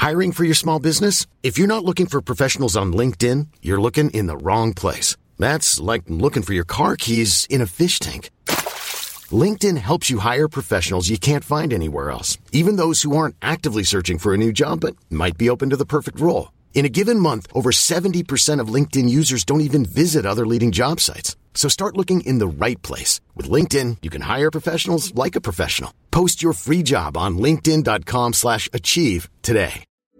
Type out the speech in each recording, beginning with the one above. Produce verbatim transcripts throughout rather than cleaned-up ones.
Hiring for your small business? If you're not looking for professionals on LinkedIn, you're looking in the wrong place. That's like looking for your car keys in a fish tank. LinkedIn helps you hire professionals you can't find anywhere else, even those who aren't actively searching for a new job but might be open to the perfect role. In a given month, over seventy percent of LinkedIn users don't even visit other leading job sites. So start looking in the right place. With LinkedIn, you can hire professionals like a professional. Post your free job on linkedin dot com slash achieve today.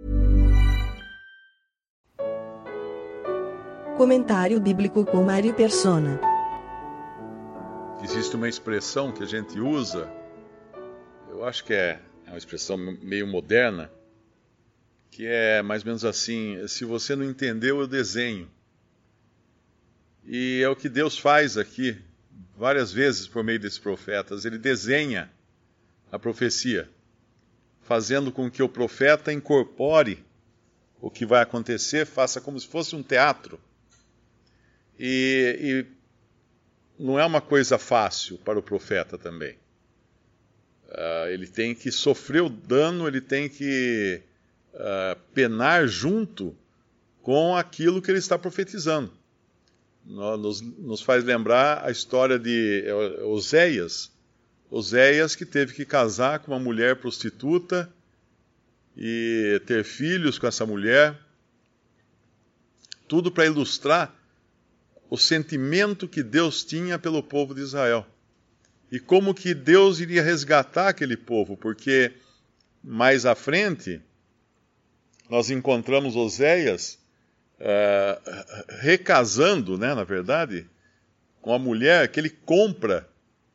Comentário bíblico com Mário Persona. Existe uma expressão que a gente usa, eu acho que é uma expressão meio moderna, que é mais ou menos assim: se você não entendeu, eu desenho. E é o que Deus faz aqui, várias vezes por meio desses profetas. Ele desenha a profecia, fazendo com que o profeta incorpore o que vai acontecer, faça como se fosse um teatro. E, e não é uma coisa fácil para o profeta também. Uh, ele tem que sofrer o dano, ele tem que uh, penar junto com aquilo que ele está profetizando. Nos, nos faz lembrar a história de Oséias. Oséias que teve que casar com uma mulher prostituta e ter filhos com essa mulher. Tudo para ilustrar o sentimento que Deus tinha pelo povo de Israel. E como que Deus iria resgatar aquele povo, porque mais à frente nós encontramos Oséias uh, recasando, né, na verdade, com a mulher que ele compra,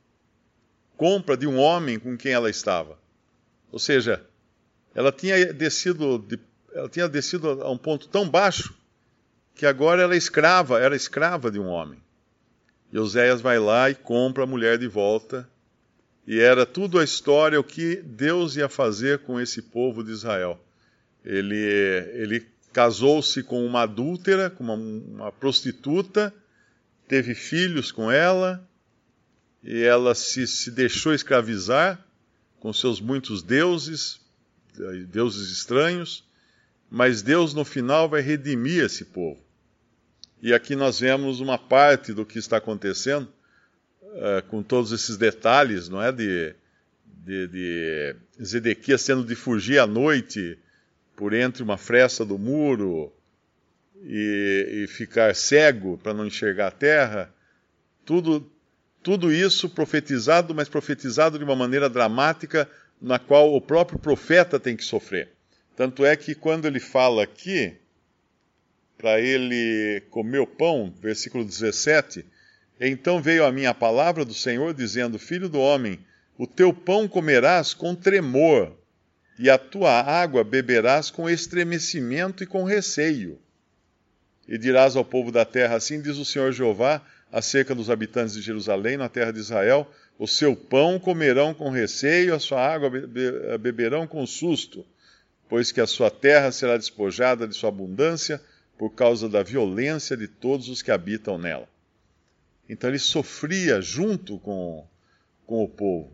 compra de um homem com quem ela estava. Ou seja, ela tinha descido, de, ela tinha descido a um ponto tão baixo que agora ela é escrava, era escrava de um homem. E Oséias vai lá e compra a mulher de volta. E era tudo a história, o que Deus ia fazer com esse povo de Israel. Ele, ele casou-se com uma adúltera, com uma, uma prostituta, teve filhos com ela, e ela se, se deixou escravizar com seus muitos deuses, deuses estranhos, mas Deus no final vai redimir esse povo. E aqui nós vemos uma parte do que está acontecendo, uh, com todos esses detalhes, não é? De, de, de Zedequias tendo de fugir à noite por entre uma fresta do muro e, e ficar cego para não enxergar a terra. Tudo, tudo isso profetizado, mas profetizado de uma maneira dramática, na qual o próprio profeta tem que sofrer. Tanto é que quando ele fala aqui, para ele comer o pão, versículo dezessete, então veio a mim a palavra do Senhor, dizendo: Filho do homem, o teu pão comerás com tremor, e a tua água beberás com estremecimento e com receio. E dirás ao povo da terra: assim diz o Senhor Jeová, acerca dos habitantes de Jerusalém, na terra de Israel: o seu pão comerão com receio, a sua água be- beberão com susto, pois que a sua terra será despojada de sua abundância, por causa da violência de todos os que habitam nela. Então ele sofria junto com, com o povo.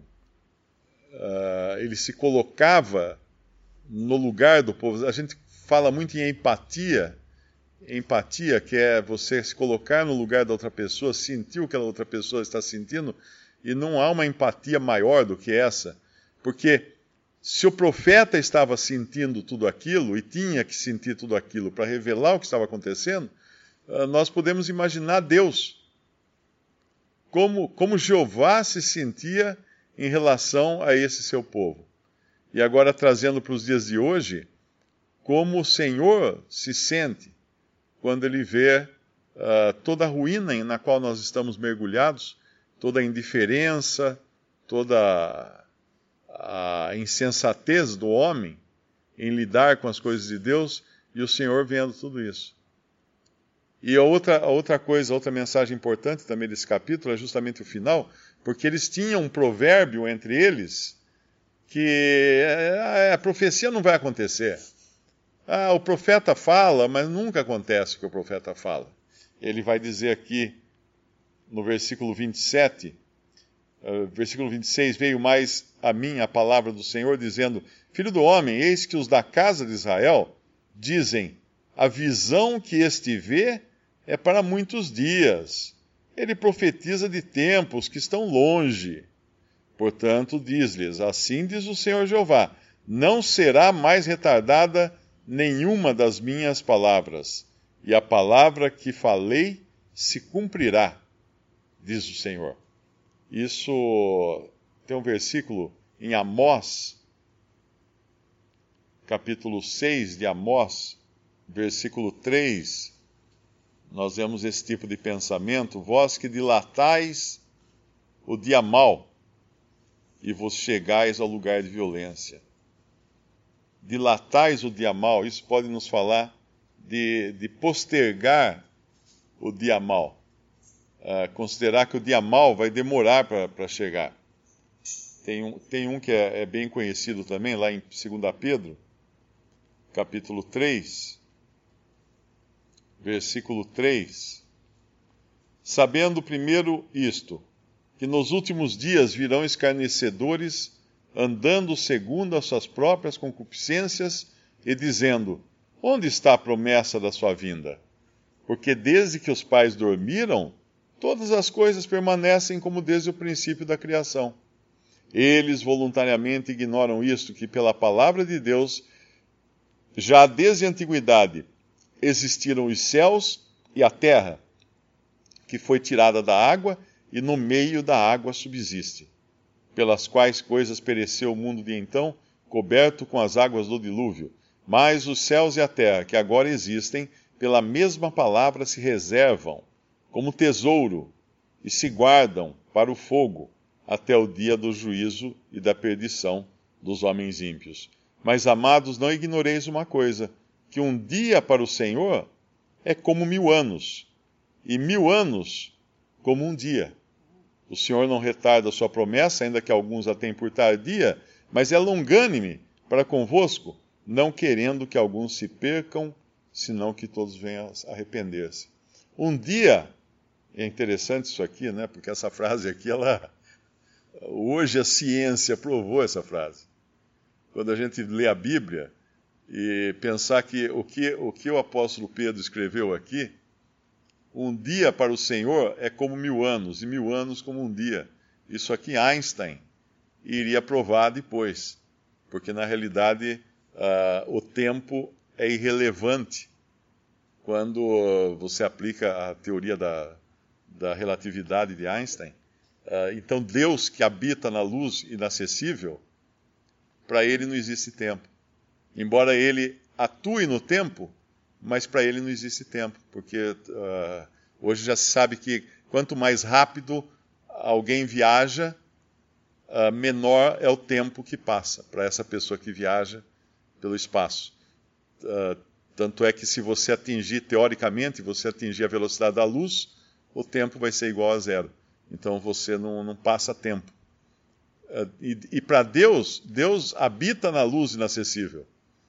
Uh, ele se colocava no lugar do povo. A gente fala muito em empatia. Empatia, que é você se colocar no lugar da outra pessoa, sentir o que a outra pessoa está sentindo, e não há uma empatia maior do que essa. Porque se o profeta estava sentindo tudo aquilo, e tinha que sentir tudo aquilo para revelar o que estava acontecendo, nós podemos imaginar Deus. Como, como Jeová se sentia em relação a esse seu povo. E agora trazendo para os dias de hoje, como o Senhor se sente quando Ele vê uh, toda a ruína na qual nós estamos mergulhados, toda a indiferença, toda a insensatez do homem em lidar com as coisas de Deus, e o Senhor vendo tudo isso. E a outra, a outra coisa, a outra mensagem importante também desse capítulo é justamente o final, porque eles tinham um provérbio entre eles que a, a profecia não vai acontecer. Ah, o profeta fala, mas nunca acontece o que o profeta fala. Ele vai dizer aqui no versículo vinte e sete, uh, versículo vinte e seis, veio mais a mim a palavra do Senhor, dizendo: Filho do homem, eis que os da casa de Israel dizem, a visão que este vê é para muitos dias. Ele profetiza de tempos que estão longe. Portanto, diz-lhes, assim diz o Senhor Jeová, não será mais retardada nenhuma das minhas palavras, e a palavra que falei se cumprirá, diz o Senhor. Isso tem um versículo em Amós, capítulo seis de Amós, versículo três, nós vemos esse tipo de pensamento, vós que dilatais o dia mau, e vos chegais ao lugar de violência. Dilatais o dia mau, isso pode nos falar de, de postergar o dia mau. Uh, considerar que o dia mau vai demorar para chegar. Tem um, tem um que é, é bem conhecido também, lá em Segunda Pedro, capítulo três, versículo três. Sabendo primeiro isto, que nos últimos dias virão escarnecedores, andando segundo as suas próprias concupiscências, e dizendo, onde está a promessa da sua vinda? Porque desde que os pais dormiram, todas as coisas permanecem como desde o princípio da criação. Eles voluntariamente ignoram isto, que pela palavra de Deus, já desde a antiguidade, existiram os céus e a terra, que foi tirada da água, e no meio da água subsiste, pelas quais coisas pereceu o mundo de então, coberto com as águas do dilúvio. Mas os céus e a terra, que agora existem, pela mesma palavra se reservam, como tesouro, e se guardam para o fogo, até o dia do juízo e da perdição dos homens ímpios. Mas, amados, não ignoreis uma coisa, que um dia para o Senhor é como mil anos, e mil anos como um dia. O Senhor não retarda a sua promessa, ainda que alguns a tenham por tardia, mas é longânime para convosco, não querendo que alguns se percam, senão que todos venham a arrepender-se. Um dia, é interessante isso aqui, né? Porque essa frase aqui, ela, hoje a ciência provou essa frase. Quando a gente lê a Bíblia e pensar que o que o, que o apóstolo Pedro escreveu aqui, um dia para o Senhor é como mil anos, e mil anos como um dia. Isso aqui Einstein iria provar depois, porque na realidade uh, o tempo é irrelevante quando você aplica a teoria da, da relatividade de Einstein. Uh, então Deus, que habita na luz inacessível, para ele não existe tempo. Embora ele atue no tempo, mas para ele não existe tempo, porque uh, hoje já se sabe que quanto mais rápido alguém viaja, uh, menor é o tempo que passa para essa pessoa que viaja pelo espaço. Uh, tanto é que se você atingir, teoricamente, você atingir a velocidade da luz, o tempo vai ser igual a zero. Então você não, não passa tempo. Uh, e e para Deus, Deus habita na luz inacessível.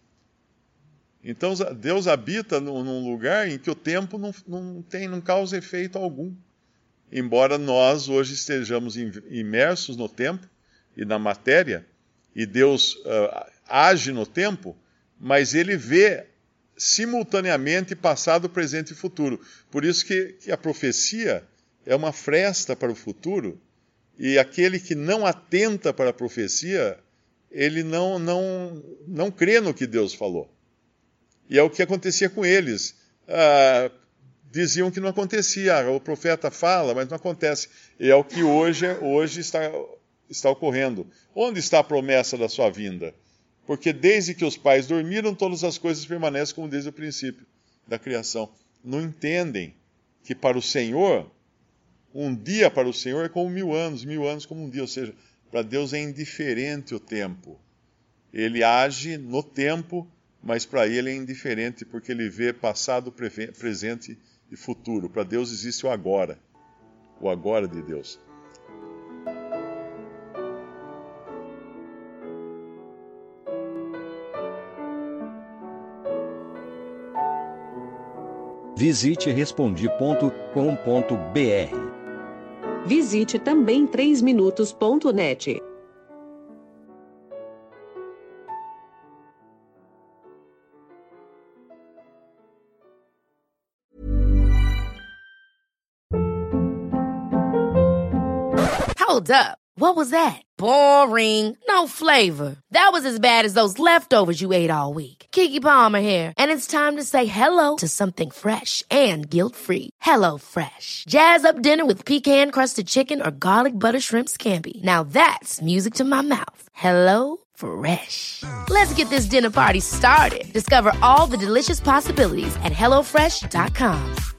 Então Deus habita num, num lugar em que o tempo não, não, tem, não causa efeito algum. Embora nós hoje estejamos imersos no tempo e na matéria, e Deus uh, age no tempo, mas Ele vê simultaneamente passado, presente e futuro. Por isso que, que a profecia é uma fresta para o futuro, e aquele que não atenta para a profecia, ele não, não, não crê no que Deus falou. E é o que acontecia com eles. Ah, diziam que não acontecia. O profeta fala, mas não acontece. E é o que hoje, hoje está, está ocorrendo. Onde está a promessa da sua vinda? Porque desde que os pais dormiram, todas as coisas permanecem como desde o princípio da criação. Não entendem que para o Senhor, um dia para o Senhor é como mil anos, mil anos como um dia. Ou seja, para Deus é indiferente o tempo. Ele age no tempo, mas para ele é indiferente, porque ele vê passado, presente e futuro. Para Deus existe o agora, o agora de Deus. Visite respondi ponto com ponto br. Visite também três minutos ponto net. Hold up. What was that? Boring. No flavor. That was as bad as those leftovers you ate all week. Keke Palmer here, and it's time to say hello to something fresh and guilt-free. Hello Fresh. Jazz up dinner with pecan-crusted chicken or garlic butter shrimp scampi. Now that's music to my mouth. Hello Fresh. Let's get this dinner party started. Discover all the delicious possibilities at hello fresh dot com.